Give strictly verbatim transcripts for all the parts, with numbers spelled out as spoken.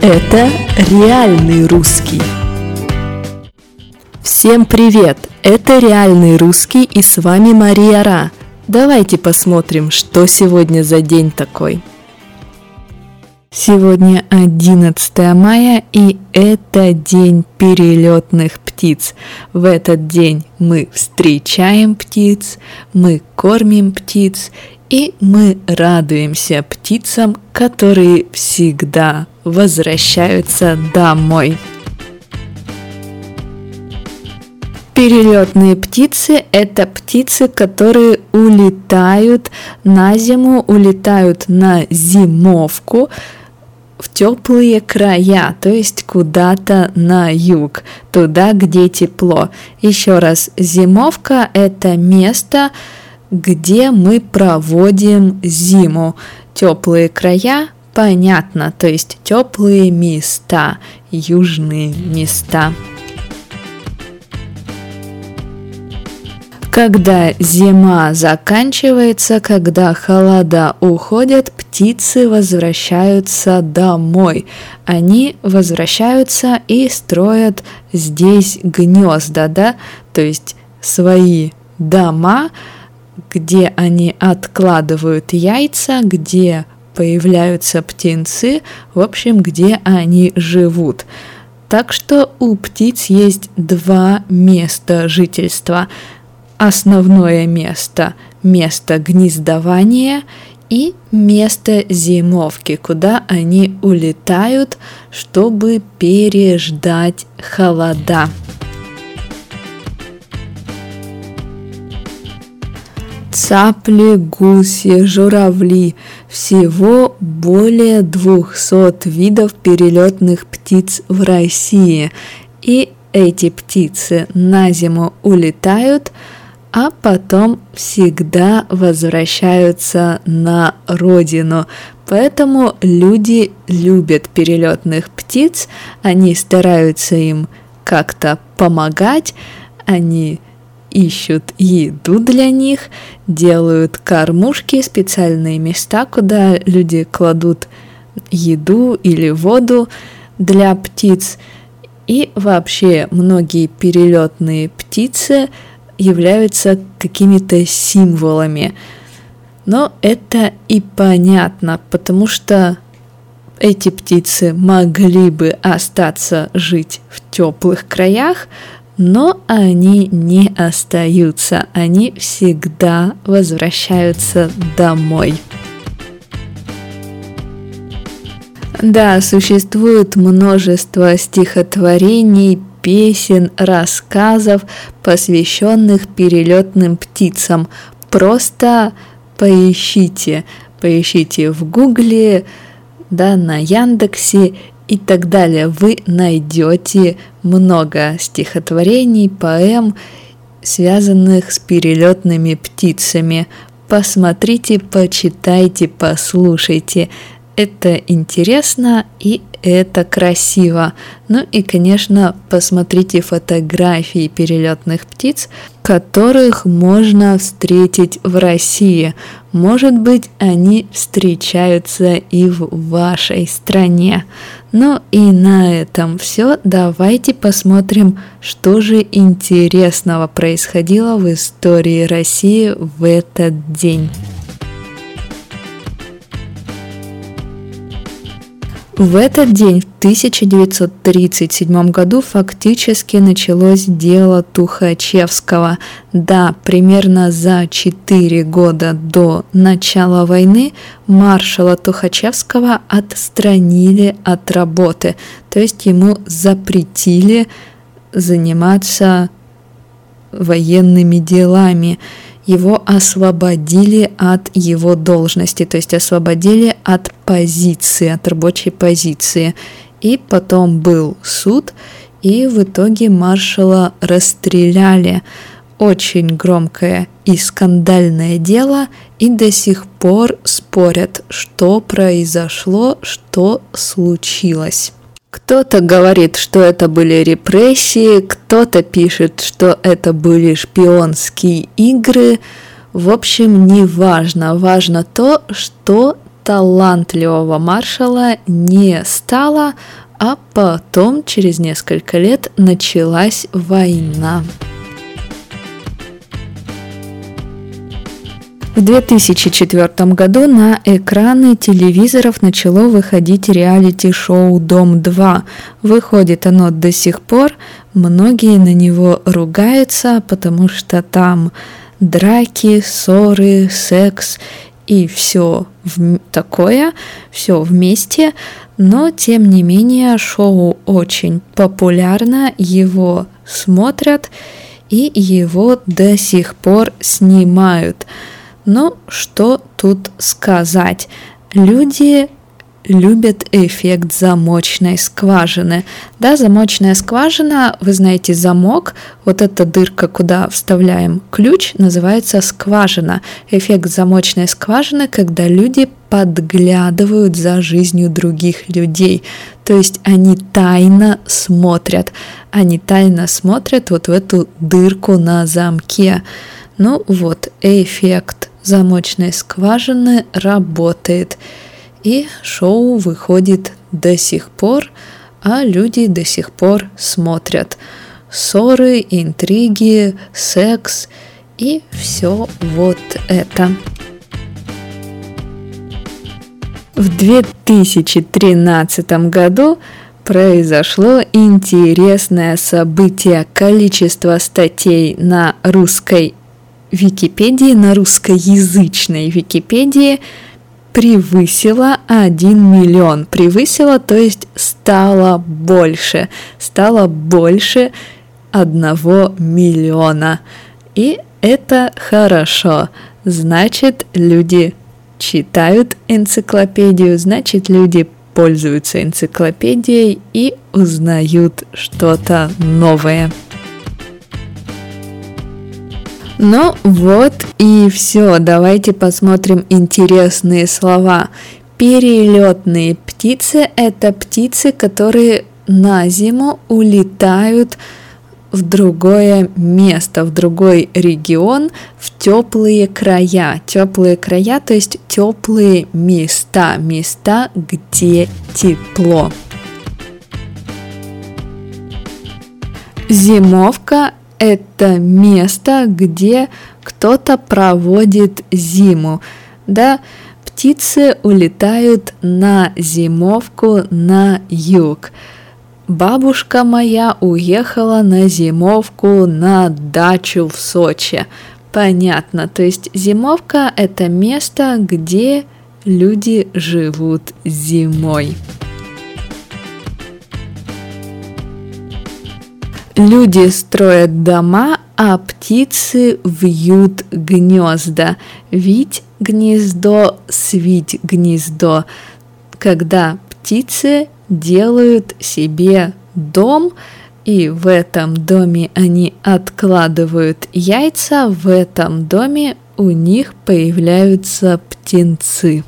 Это реальный русский. Всем привет! Это реальный русский, и с вами Мария Ра. Давайте посмотрим, что сегодня за день такой. Сегодня одиннадцатое мая, и это день перелетных птиц. В этот день мы встречаем птиц, мы кормим птиц, и мы радуемся птицам, которые всегда возвращаются домой. Перелетные птицы – это птицы, которые улетают на зиму, улетают на зимовку в теплые края, то есть куда-то на юг, туда, где тепло. Еще раз, зимовка – это место, где мы проводим зиму. Теплые края – понятно, то есть теплые места, южные места. Когда зима заканчивается, когда холода уходят, птицы возвращаются домой. Они возвращаются и строят здесь гнезда, да, то есть свои дома, где они откладывают яйца, где появляются птенцы, в общем, где они живут. Так что у птиц есть два места жительства. Основное место – место гнездования и место зимовки, куда они улетают, чтобы переждать холода. Цапли, гуси, журавли – всего более двухсот видов перелетных птиц в России. И эти птицы на зиму улетают, а потом всегда возвращаются на родину. Поэтому люди любят перелетных птиц, они стараются им как-то помогать, они ищут еду для них, делают кормушки, специальные места, куда люди кладут еду или воду для птиц. И вообще многие перелетные птицы являются какими-то символами. Но это и понятно, потому что эти птицы могли бы остаться жить в теплых краях, но они не остаются, они всегда возвращаются домой. Да, существует множество стихотворений, песен, рассказов, посвященных перелетным птицам. Просто поищите, поищите в Гугле, да, на Яндексе и так далее. Вы найдете много стихотворений, поэм, связанных с перелетными птицами. Посмотрите, почитайте, послушайте. Это интересно и это красиво. Ну и, конечно, посмотрите фотографии перелетных птиц, которых можно встретить в России. Может быть, они встречаются и в вашей стране. Ну и на этом все. Давайте посмотрим, что же интересного происходило в истории России в этот день. В этот день, в тысяча девятьсот тридцать седьмом году, фактически началось дело Тухачевского. Да, примерно за четыре года до начала войны маршала Тухачевского отстранили от работы, то есть ему запретили заниматься военными делами. Его освободили от его должности, то есть освободили от позиции, от рабочей позиции. И потом был суд, и в итоге маршала расстреляли. Очень громкое и скандальное дело, и до сих пор спорят, что произошло, что случилось. Кто-то говорит, что это были репрессии, кто-то пишет, что это были шпионские игры. В общем, не важно. Важно то, что талантливого маршала не стало, а потом, через несколько лет, началась война. В две тысячи четвёртом году на экраны телевизоров начало выходить реалити-шоу «Дом-два». Выходит оно до сих пор, многие на него ругаются, потому что там драки, ссоры, секс и все такое, все вместе, но тем не менее шоу очень популярно, его смотрят и его до сих пор снимают. Но что тут сказать? Люди любят эффект замочной скважины. Да, замочная скважина, вы знаете, замок, вот эта дырка, куда вставляем ключ, называется скважина. Эффект замочной скважины, когда люди подглядывают за жизнью других людей. То есть они тайно смотрят. Они тайно смотрят вот в эту дырку на замке. Ну вот, эффект замочной скважины работает. И шоу выходит до сих пор, а люди до сих пор смотрят. Ссоры, интриги, секс и все вот это. В две тысячи тринадцатом году произошло интересное событие. Количество статей на русской Википедии, на русскоязычной Википедии превысило один миллион. Превысило, то есть стало больше. Стало больше одного миллиона. И это хорошо. Значит, люди читают энциклопедию, значит, люди пользуются энциклопедией и узнают что-то новое. Ну вот и все. Давайте посмотрим интересные слова. Перелетные птицы – это птицы, которые на зиму улетают в другое место, в другой регион, в теплые края. Теплые края, то есть теплые места, места, где тепло. Зимовка – это место, где кто-то проводит зиму. Да, птицы улетают на зимовку на юг. Бабушка моя уехала на зимовку на дачу в Сочи. Понятно, то есть зимовка – это место, где люди живут зимой. Люди строят дома, а птицы вьют гнезда. Вить гнездо, свить гнездо. Когда птицы делают себе дом, и в этом доме они откладывают яйца, в этом доме у них появляются птенцы.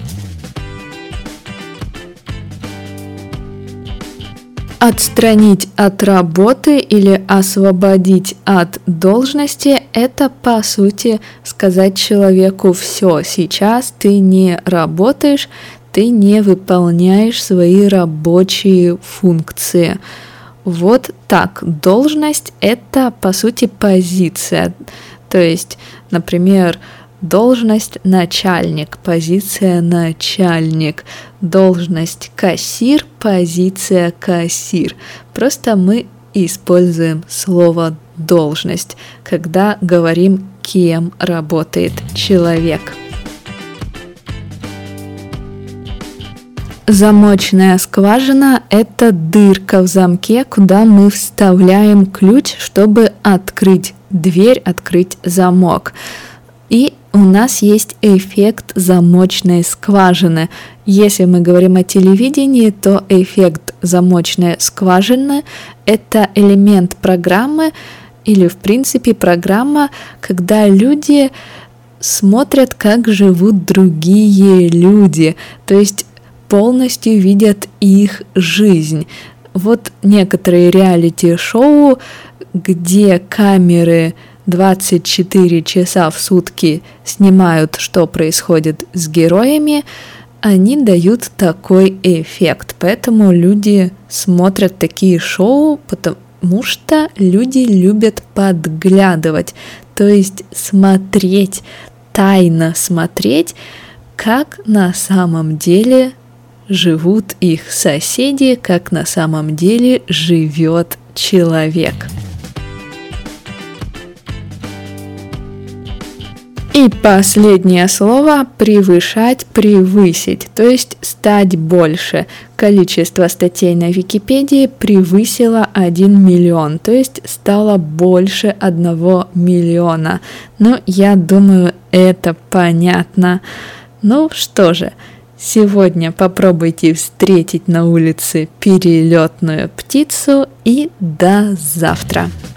Отстранить от работы или освободить от должности – это, по сути, сказать человеку: все, сейчас ты не работаешь, ты не выполняешь свои рабочие функции. Вот так. Должность – это, по сути, позиция. То есть, например, должность начальник, позиция начальник, должность кассир, позиция кассир. Просто мы используем слово должность, когда говорим, кем работает человек. Замочная скважина – это дырка в замке, куда мы вставляем ключ, чтобы открыть дверь, открыть замок. И у нас есть эффект замочной скважины. Если мы говорим о телевидении, то эффект замочной скважины – это элемент программы или, в принципе, программа, когда люди смотрят, как живут другие люди, то есть полностью видят их жизнь. Вот некоторые реалити-шоу, где камеры двадцать четыре часа в сутки снимают, что происходит с героями. они дают такой эффект. Поэтому люди смотрят такие шоу, потому что люди любят подглядывать, то есть смотреть, тайно смотреть, как на самом деле живут их соседи, как на самом деле живет человек. И последнее слово – превышать, превысить, то есть стать больше. Количество статей на Википедии превысило один миллион, то есть стало больше одного миллиона. Ну, я думаю, это понятно. Ну что же, сегодня попробуйте встретить на улице перелетную птицу и до завтра.